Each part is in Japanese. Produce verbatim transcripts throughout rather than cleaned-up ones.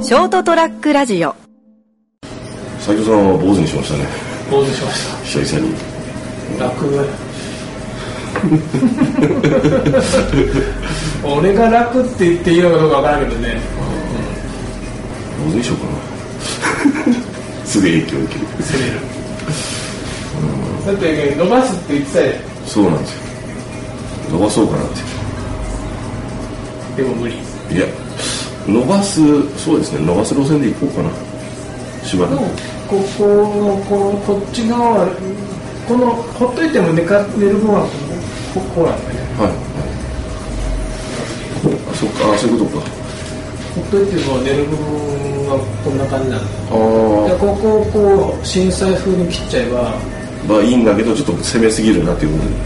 ショートトラックラジオ。 斉藤さんは坊主にしましたね。 坊主にしました。 久々に楽俺が楽って言っていいのかどうかわからんけどね、 うん、坊主にしようかなすぐ影響を受ける攻める、うん、だって伸ばすって言ってたよ。 そうなんですよ。伸ばそうかなって。 でも無理。 いや伸ばす、そうですね、伸ばす路線で行こうかなしばらく。 ここのこのこっち側はこのほっといても寝か寝る分はここなんだね。 はいはい。あ、そっか、あ、そういうことか。 ほっといても寝る部分はこんな感じなんだ。 ああ。 ここをこう震災風に切っちゃえばまあいいんだけどちょっと攻めすぎるなっていうことで。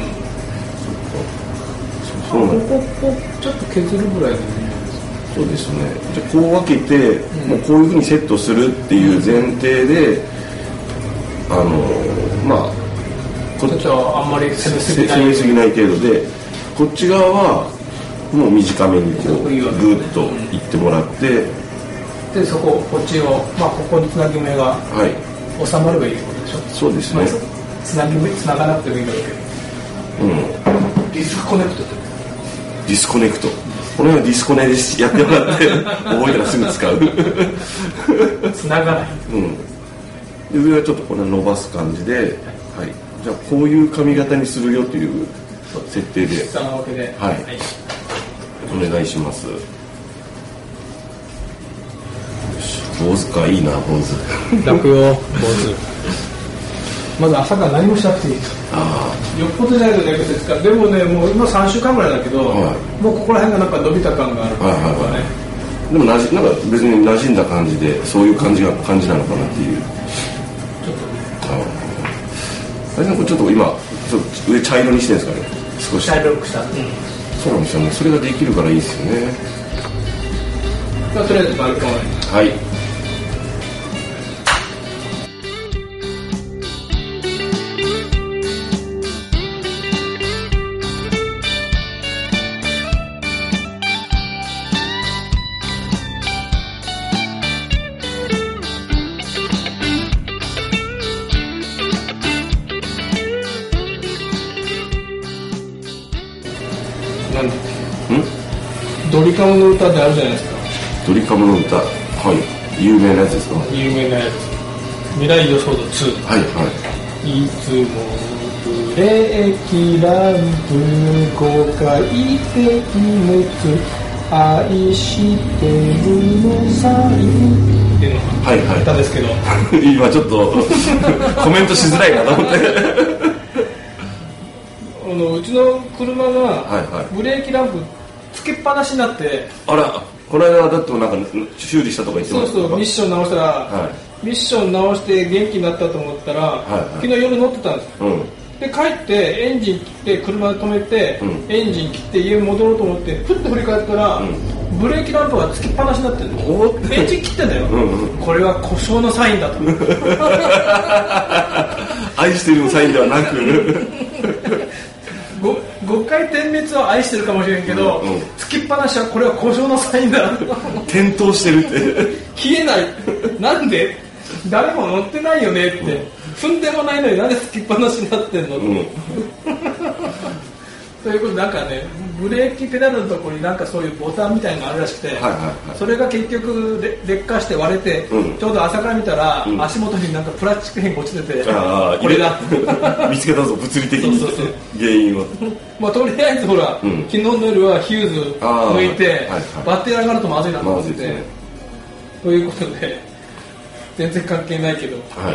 うん。そっか。そうなんだ。 こここうちょっと削るぐらいでね。 そうですね。じゃあこう分けて、うん、もうこういうふうにセットするっていう前提で、あのまあこっちはあんまり攻めすぎない攻めすぎない程度で、こっち側はもう短めにこうグッといってもらって、 でそここっちをまあここにつなぎ目が収まればいいってことでしょ。 そうですね。 まあ、つなぎ目つながなくてもいいんだろうけど。うん。ディスコネクトって。 ディスコネクト。この辺はディスコネでやってもらって覚えたらすぐ使うつながない、 うん、で上はちょっとこれ伸ばす感じで、はい、じゃあこういう髪型にするよという設定で、 下のわけで、 はい、はい、お願いします。よし、坊主か、いいな坊主楽よ坊主まず朝から何もしなくていい。あよっぽどじゃないと寝癖つか。でもね、もう今さんしゅうかんぐらいだけど、はい、もうここら辺がなんか伸びた感があるから、ね、はいはいはい、 でもなじなんか別に馴染んだ感じでそういう感じが感じなのかなっていう。 ちょっとね。 あれなんかちょっと今ちょっと上茶色にしてるんですかね。少し茶色くした。うん、 そうなんですよね。それができるからいいですよね。 まあとりあえずバルコンはい。 ドリカムの歌ってあるじゃないですか。 ドリカムの歌、はい、有名なやつですか。 有名なやつ、未来予想度ツー。 はいはい。 いつもブレーキランプごかいてきむつ愛してるのさいっていうのがはいはい歌ですけど、 今ちょっとコメントしづらいなと思ってあのうちの車がブレーキランプつけっぱなしになって、 あら、この間だってなんか修理したとか言ってました。 そうそう、ミッション直したら、はい、ミッション直して元気になったと思ったら、はいはい、昨日夜乗ってたんですよ、うん、で帰ってエンジン切って車で止めて、うん、エンジン切って家に戻ろうと思ってふっと振り返ったら、うん、ブレーキランプがつきっぱなしになってるの。エンジン切ってんだようん、うん、これは故障のサインだと愛してるのサインではなくごかい点滅は愛してるかもしれんけど、うんうん、つきっぱなしはこれは故障のサインだ点灯してるって消えないなんで誰も乗ってないよねって、うん、踏んでもないのになんでつきっぱなしになってんの、うん、ということでなんかね、ブレーキペダルのところになんかそういうボタンみたいなのがあるらしくて、はいはいはい、それが結局劣化して割れて、うん、ちょうど朝から見たら、うん、足元になんかプラスチック片が落ちてて、あこれだ見つけたぞ物理的にそうそうそう原因はまあとりあえずほら、うん、昨日の夜はヒューズ抜いて、はいはい、バッテリー上がるとまずいなと思ってて、まね、ということで全然関係ないけど、はい、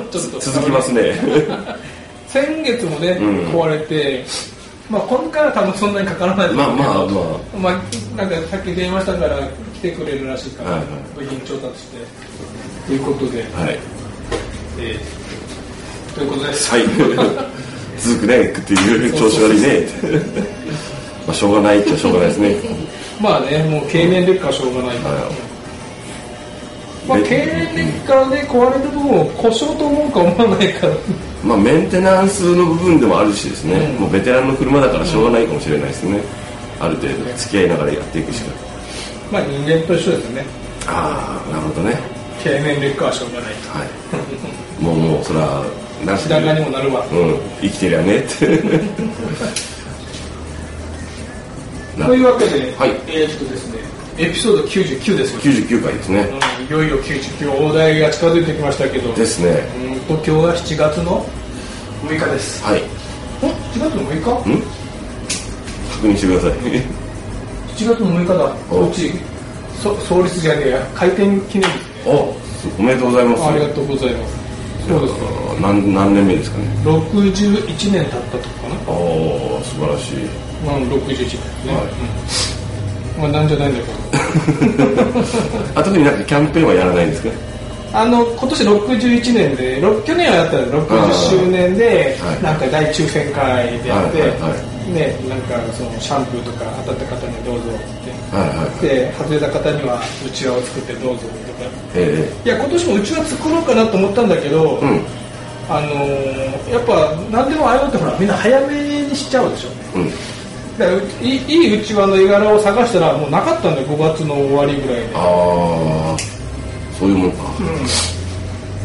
ちょっと続きますね先月もね、うん、壊れて、まあ今回は多分そんなにかからないと思うけど、まあまあまあ、まあ、なんかさっき電話したから来てくれるらしいから、はいはい、部品調達してということで、はいえー、ということです。 はい続くねっていう調子悪いねまあしょうがないっちゃしょうがないですねまあね、もう経年劣化はしょうがないから、はいまあ、経年劣化で壊れる部分を故障と思うか思わないからまあメンテナンスの部分でもあるしですね、うん、もうベテランの車だからしょうがないかもしれないですね、うん、ある程度付き合いながらやっていくしか、 まあ人間と一緒ですよね。 ああ、なるほどね。 経年劣化はしょうがないと。 はい。もうもうそれはなし白髪にもなるわ。 うん、生きてりゃねって。 というわけで、 はい、 えー、っとですね、エピソードきゅうじゅうきゅうですよ。 きゅうじゅうきゅうかいですね。 うん、いよいよきゅうじゅうきゅう大台が近づいてきましたけど。 ですね。 うんと今日はしちがつのむいかです。 はい。 ん？しちがつのむいか？ ん？確認してください。 しちがつのむいかだ。うち創立じゃねえや、開店記念日。 お、おめでとうございます。 ありがとうございます。そうですか。 何何年目ですかね。 ろくじゅういちねん経ったとかかな。 おお、素晴らしい。 まあろくじゅういちねんですね。はい。うん、まあなんじゃないんだけど。 あ、特になんかキャンペーンはやらないんですか。 あの今年ろくじゅういちねんで、去年はやったらろくじゅっしゅうねんで、はい、なんか大抽選会でやって、はいはいはい、ね、なんかそのシャンプーとか当たった方にどうぞって、はいはい、で外れた方にはうちわを作ってどうぞとか、えー、いや今年もうちわ作ろうかなと思ったんだけど、うん、あのー、やっぱ何でもああいうのってほらみんな早めにしちゃうでしょ、うん、だからいいいいうちわの絵柄を探したらもうなかったんだよ、ごがつの終わりぐらいで。 ああ、そういうもんか、 うん、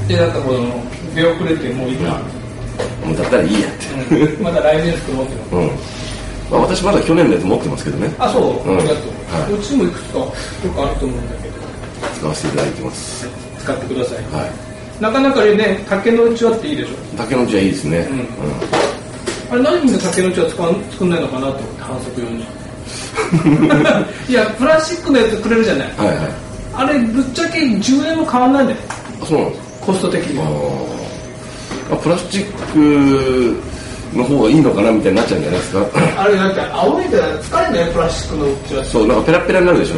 でなんかこの出遅れてもういいか、 うん、もうだったらいいやって、 うん、まだ来年作ろうって思って、うん、 まあ、私まだ去年のやつ持ってますけどね。 あ、そう、うん、ありがとう、はい、うちもいくつかよくあると思うんだけど使わせていただいてます。 使ってください、 はい、 なかなかね、竹のうちわっていいでしょ。 竹のうちはいいですね、うんうん、 あれ何みんな竹のうちわ作んないのかなと思って、反則用にいや、プラスチックのやつくれるじゃない、はいはい、あれぶっちゃけじゅうえんも変わんないんだよ。 あ、そうなんですか。 コスト的には。 あ、プラスチックの方がいいのかなみたいになっちゃうんじゃないですか。あれなんか青いから疲れんだよ、プラスチックのうちは。 そう、なんかペラペラになるでしょ、うん、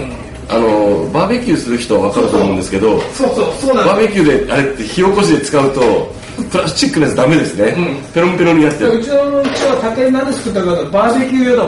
あのバーベキューする人は分かると思うんですけど、 そうそうそうなんバーベキューであれって火起こしで使うとプラスチックのやつダメですね、うん、ペロンペロンになってる。 うちのうちは竹なんで作ったかとバーベキュー用だもん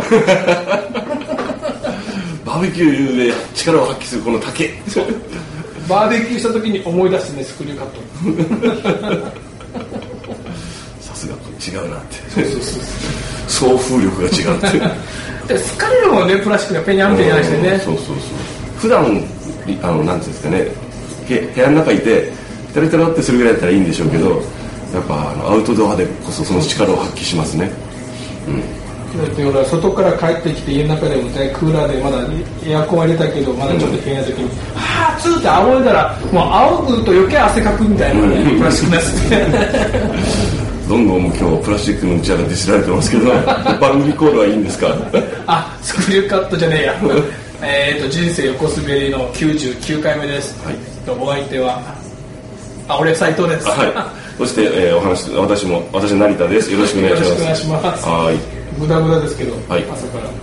バーベキューで力を発揮するこの竹バーベキューした時に思い出すね、スクリューカットさすが違うなって。 そうそうそう送風力が違うってで疲れるもんね、プラスチックがペニャンペニャンしてね。 そうそうそう。普段あのなんていうんですかね、部屋の中いてテラテラってするぐらいだったらいいんでしょうけど、やっぱあのアウトドアでこそその力を発揮しますね。うん。 だって俺は外から帰ってきて家の中でもクーラーでまだエアコンは入れたけどまだちょっと部屋の時に、うん、はぁーつーって仰いだらもう仰ぐと余計汗かくみたいなね、うん、プラスチックのやつってどんどんもう今日プラスチックのうちわがディスられてますけど番組コールはいいんですか。 あ、スクリューカットじゃねえやえっと人生横滑りのきゅうじゅうきゅうかいめです、はい、お相手はあ、俺斉藤です、 はい、そして、えー、お話私も私成田です。よろしくお願いします。 よろしくお願いします。はい。グダグダですけど、はい、朝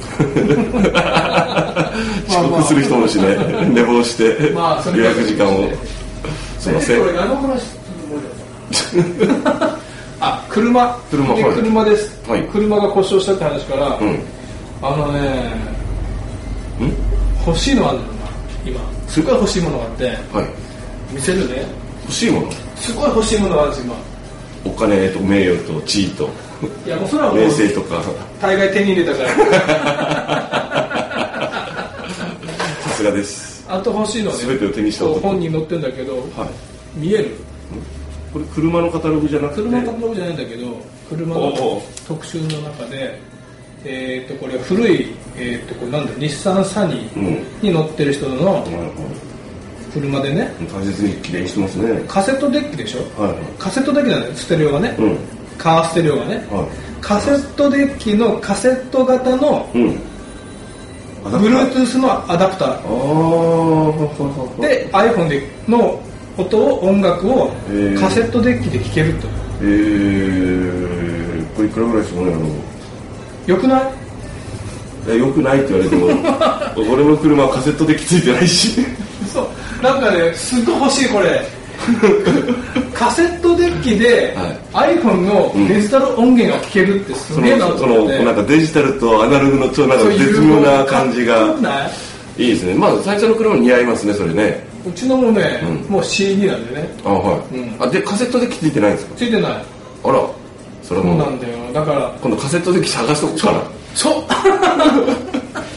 から遅刻する人もしね、寝坊して、まあ、予約時間をすいません。これ何の話あ、車車、で車です、はい、車が故障したって話から、うん、あのねん欲しいのあるんだよな今。すごい欲しいものがあって、はい、見せるね。 欲しいものすごい欲しいものがあるんです今。 お金と名誉と地位といやもうそれはもう名声とか大概手に入れたからさすがです。 あと欲しいのはね、 全てを手にした男。 本に載ってるんだけど、はい、見える？ これ車のカタログじゃなくて車のカタログじゃないんだけど車の特集の中でえー、とこれ古い、えー、とこれなんだ日産サニーに乗ってる人の車でね、 大切にきれいにしてますね。 カセットデッキでしょ、はいはい、カセットデッキなんだよ、ステレオがね、うん、カーステレオがね、はい、カセットデッキのカセット型の、うん、Bluetooth のアダプターで iPhone での音を音楽をカセットデッキで聴けると。 えー、これいくらぐらいするのやろう。 よくない？ いや、よくないって言われても俺の車はカセットデッキついてないしそうなんかね、すっごい欲しいこれカセットデッキで、はい、iPhone のデジタル音源が聴けるってすげえなと思って、 そのなんかデジタルとアナログのちょっとなんか絶妙な感じがいいですね。まあ最初の車も似合いますね、それね。 うちのもね、うん、もう シーディー なんでね。 あ、はい、うん、あ、でカセットデッキついてないんですか？ ついてない。 あら、それもそうなんだよ。だから今度カセットデッキ探しとこうかな。 そうそう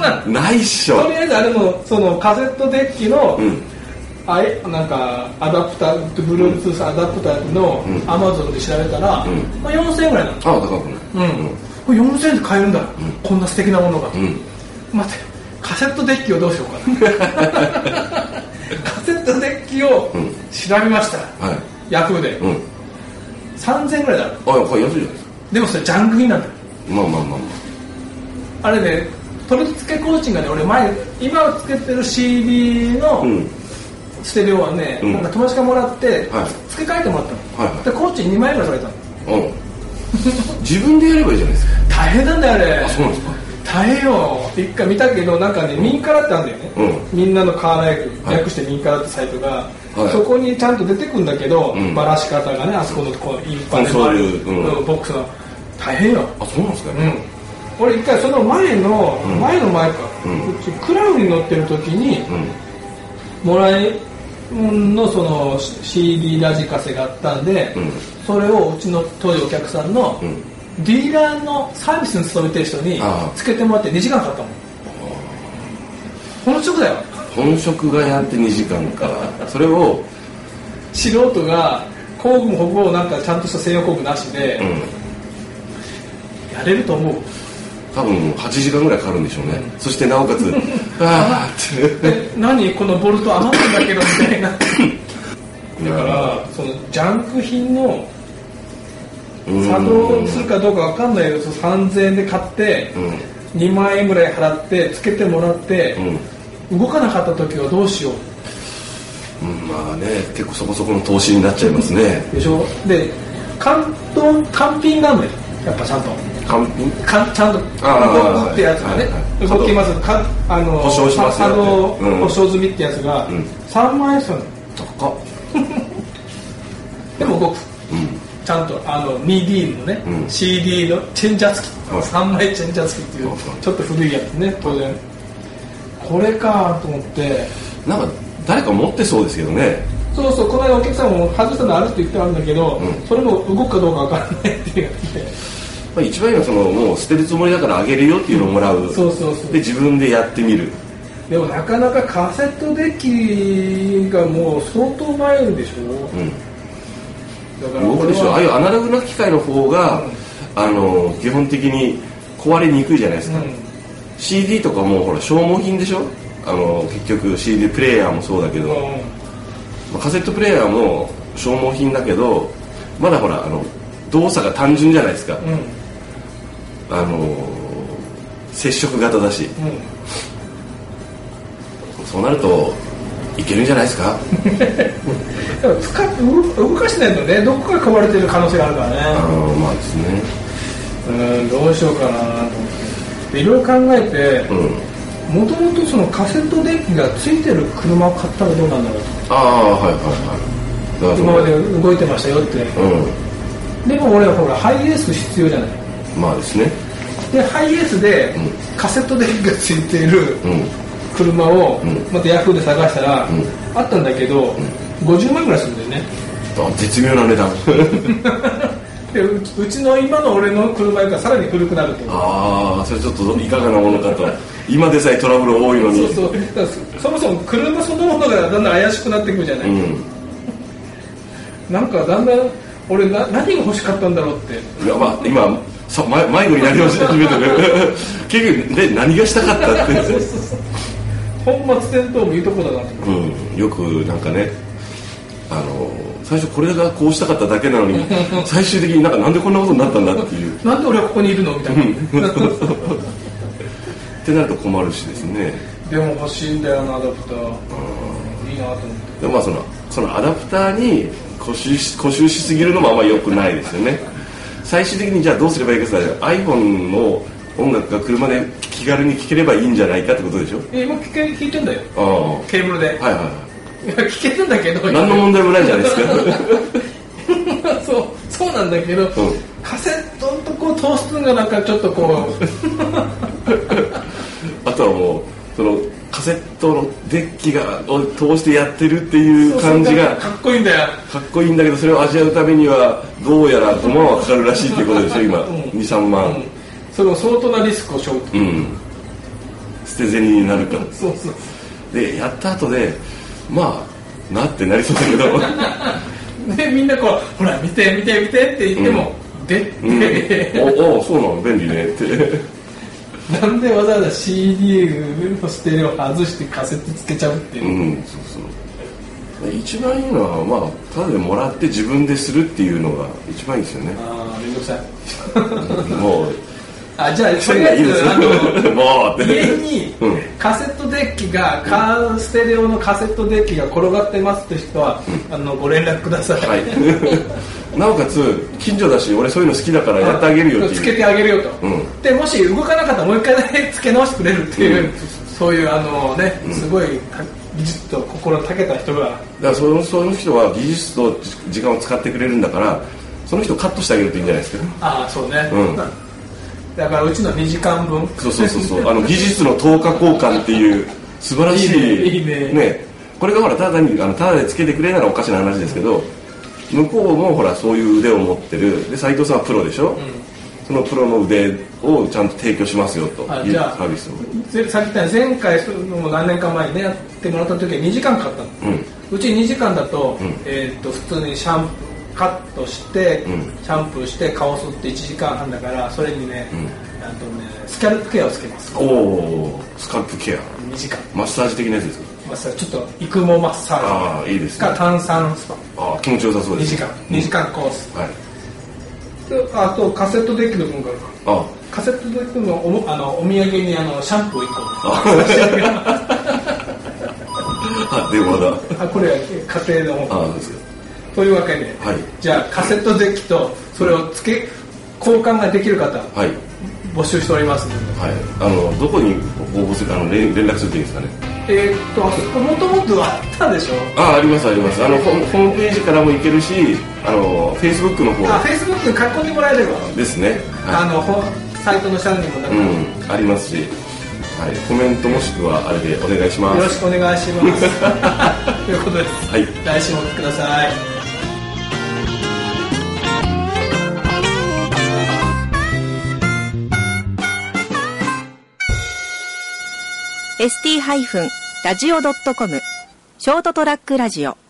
ないっしょ。 とりあえずあれもそのカセットデッキの、 うんあいなんかアダプター、Bluetooth アダプターの Amazon で調べたら、うんまあ、よんせんえんぐらいなの。 ああ、高くない。 うん。これよんせんえんで買えるんだ、うん、こんな素敵なものが。うん、待って、カセットデッキをどうしようかな。カセットデッキを調べました。うん、はい。ヤフーで。うん。さんぜんえんぐらいだ。あ、 これ安いじゃないですか。 でもそれジャンク品なんだよ。 まあまあまあまあ。あれね、取り付け工賃がね、俺前、今つけてる シーディー の、うんステレオはね、うん、なんか友達からもらって、はい、付け替えてもらったの、はいはい、で工賃にまんえんぐらいされたの、うん、 自分でやればいいじゃないですか。 大変なんだよあれ。 あ、そうなんですか。 大変よ。一回見たけどなんかね、うん、ミンカラってあるんだよね、うん、みんなのカーライフ、はい、略してミンカラってサイトが、はい、そこにちゃんと出てくるんだけど、うん、ばらし方がね、あそこのこういっぱいでそういう、うん、 ボックスが大変よ。 あ、そうなんですかね、 うん、俺一回その前の、うん、前の前か、うん、クラウンに乗ってる時に、うん、もらいのその シーディー ラジカセがあったんで、うん、それをうちの当時お客さんのディーラーのサービスに勤めてる人につけてもらってにじかんかかったもん。本職だよ。 本職がやってにじかんか。それを素人が工具もほぼなんかちゃんとした専用工具なしで、うん、やれると思う。 多分はちじかんぐらいかかるんでしょうね、うん、そしてなおかつあーって何このボルト余ってんだけどみたいなだからそのジャンク品の作動するかどうか分かんないけどさんぜんえんで買って、うん、にまんえんぐらい払ってつけてもらって、うん、動かなかった時はどうしよう、 うん、まあね結構そこそこの投資になっちゃいますねでしょ。で単品なんだよやっぱちゃんと完品かちゃんと動くってやつがね、はいはい、動きますかあの保証しますよ、 ね、うん、保証済みってやつがさんまんえんするの。 高っでも動く、うん、ちゃんとあの ミディームのね、うん、シーディー のチェンジャー付き、はい、さんまいチェンジャー付きっていう、はい、ちょっと古いやつね当然これかと思ってなんか誰か持ってそうですけどね。 そうそうこの間お客さんも外したのあるって言ってあるんだけど、うん、それも動くかどうかわからないっていうまあ、一番いいのはそのもう捨てるつもりだからあげるよっていうのをもらう、うん、そうそうそうで自分でやってみる。 でもなかなかカセットデッキがもう相当前でしょ、うん、 だから動くでしょ。ああいうアナログな機械の方が、うん、あの基本的に壊れにくいじゃないですか、うん、シーディー とかもほら消耗品でしょ。あの結局 シーディー プレイヤーもそうだけど、うんまあ、カセットプレイヤーも消耗品だけどまだほらあの動作が単純じゃないですか、うん、あの接触型だし、うん、そうなるといけるんじゃないですかでも使っ動かしてないとねどこか買われてる可能性があるからね。 あまあですね。 うんどうしようかなと思っていろいろ考えてもともとそのカセットデッキがついてる車を買ったらどうなんだろうと。 ああはいはいはいだから今まで動いてましたよって、うんでも俺はほらハイエース必要じゃない。まあですね。 でハイエースでカセットデッキがついている車をまたヤフーで探したら、うん、あったんだけど、うん、ごじゅうまんぐらいするんだよね。 あ絶妙な値段でうち、うちの今の俺の車がさらに古くなると。 ああそれちょっといかがなものかと今でさえトラブル多いのにそうそうだからそもそも車そのものがだんだん怪しくなってくるじゃない、うん、なんかだんだん俺な何が欲しかったんだろうっていや、まあ、今さ迷子になり始めてる結局で何がしたかったってそうそうそう本末転倒もいいとこだなと、 うん、よくなんかねあの最初これがこうしたかっただけなのに最終的になんかなんでこんなことになったんだっていうなんで俺はここにいるのみたいなってなると困るしですね。 でも欲しいんだよなアダプター、うん、いいなと思って。 でもまあそのそのアダプターに固執し、固執しすぎるのもあんまり良くないですよね。最終的にじゃあどうすればいいかって言ったら iPhone の音楽が車で気軽に聴ければいいんじゃないかってことでしょ。 え今聞け聞いてんだよあケーブルで。はいはいはいいや聞けてんだけど何の問題もないじゃないですかそうそうなんだけど、うん、カセットのとこ通すのがなんかちょっとこうあとはもうそのカセットのデッキがを通してやってるっていう感じがかっこいいんだよ。 かっこいいんだけどそれを味わうためにはどうやらごまんはかかるらしいっていうことでしょ今、うん、にさんまん、うん、 その相当なリスクを背負う、うん、 捨て銭になるかそうそうでやった後でまあなってなりそうだけどでみんなこうほら見て見て見てって言っても、うん、でって、 うん、おおそうなの便利ねってなんでわざわざ シーディー のステレオ外してカセットつけちゃうっていう、 うん、そうそう一番いいのはまあただでもらって自分でするっていうのが一番いいですよね。 ああめんどくさいもうあじゃあとりあえずあのもう家にカセットデッキが、うん、カーステレオのカセットデッキが転がってますって人は、うん、あのご連絡ください、はい、 なおかつ近所だし俺そういうの好きだからやってあげるよっていうつけてあげるよと、うん、でもし動かなかったらもう一回だけつけ直してくれるっていう、うん、そういうあのねすごい技術と心たけた人がだからその、その人は技術と時間を使ってくれるんだからその人をカットしてあげるといいんじゃないですか。 ああそうね、うんだからうちのにじかんぶんそうそうそうそうあの技術の等価交換っていう素晴らしいいいね、いいね、 ねこれがほらただにあのただでつけてくれならおかしな話ですけど向こうもほらそういう腕を持ってるで斉藤さんはプロでしょ、うん、そのプロの腕をちゃんと提供しますよというサービスをさっき言った前回も何年か前にねやってもらった時はにじかんかかったの、うん、うちにじかんだと、うん、えー、っと普通にシャンプーカットして、うん、シャンプーして顔剃っていちじかんはんだからそれにね、うん、あとねスキャルプケアをつけます。 おおスカルプケアにじかんマッサージ的なやつですか。 マッサージちょっと育毛マッサージああいいですねか炭酸スパああ気持ちよさそうですにじかん、うん、にじかんコース、はい、あとカセットデッキの分からあカセットデッキの お, あのお土産にあのシャンプーいっこあ電話だあこれ家庭のあですかというわけで、はい、じゃあカセットデッキとそれをつけ交換ができる方、はい、募集しておりますので、 はい、あのどこに応募するあの 連, 連絡するといいですかね。 えー、っとあそこもともとあったでしょ。 あありますありますあのホームページからも行けるしあのフェイスブックの方あフェイスブックに書き込んでもらえればですね、 はい、あのサイトの下にも、 うん、ありますし、はい、コメントもしくはあれでお願いします。 よろしくお願いしますということです、はい、来週もお聞きください。 エスティー ラジオ ドットコム ショートトラックラジオ